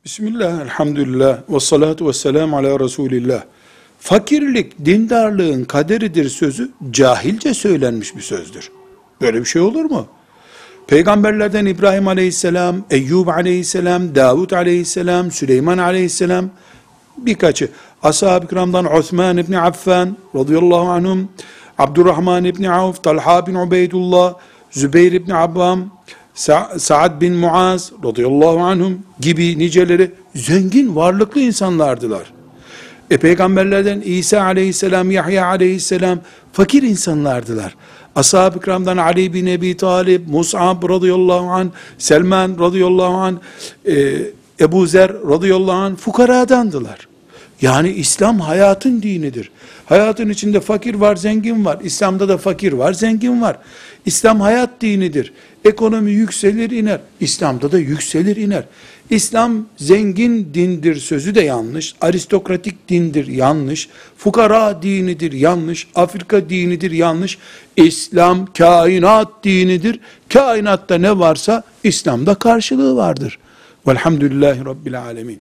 Bismillah, elhamdülillah, ve salatu ve selamu ala Resulillah. Fakirlik, dindarlığın kaderidir sözü cahilce söylenmiş bir sözdür. Böyle bir şey olur mu? Peygamberlerden İbrahim aleyhisselam, Eyyub aleyhisselam, Davud aleyhisselam, Süleyman aleyhisselam, birkaçı, ashab-ı kiramdan Osman İbni Affan radıyallahu anhum, Abdurrahman İbni Avf, Talha bin Ubeydullah, Zübeyir İbni Abbam, Sa'd bin Muaz radıyallahu anhum gibi niceleri zengin, varlıklı insanlardılar. Peygamberlerden İsa aleyhisselam, Yahya aleyhisselam fakir insanlardılar. Ashab-ı kiramdan Ali bin Ebi Talib, Mus'ab radıyallahu anh, Selman radıyallahu anh, Ebu Zer radıyallahu anh fukaradandılar. Yani İslam hayatın dinidir. Hayatın içinde fakir var, zengin var. İslam'da da fakir var, zengin var. İslam hayat dinidir. Ekonomi yükselir iner. İslam'da da yükselir iner. İslam zengin dindir sözü de yanlış. Aristokratik dindir yanlış. Fukara dinidir yanlış. Afrika dinidir yanlış. İslam kainat dinidir. Kainatta ne varsa İslam'da karşılığı vardır. Velhamdülillahi Rabbil alemin.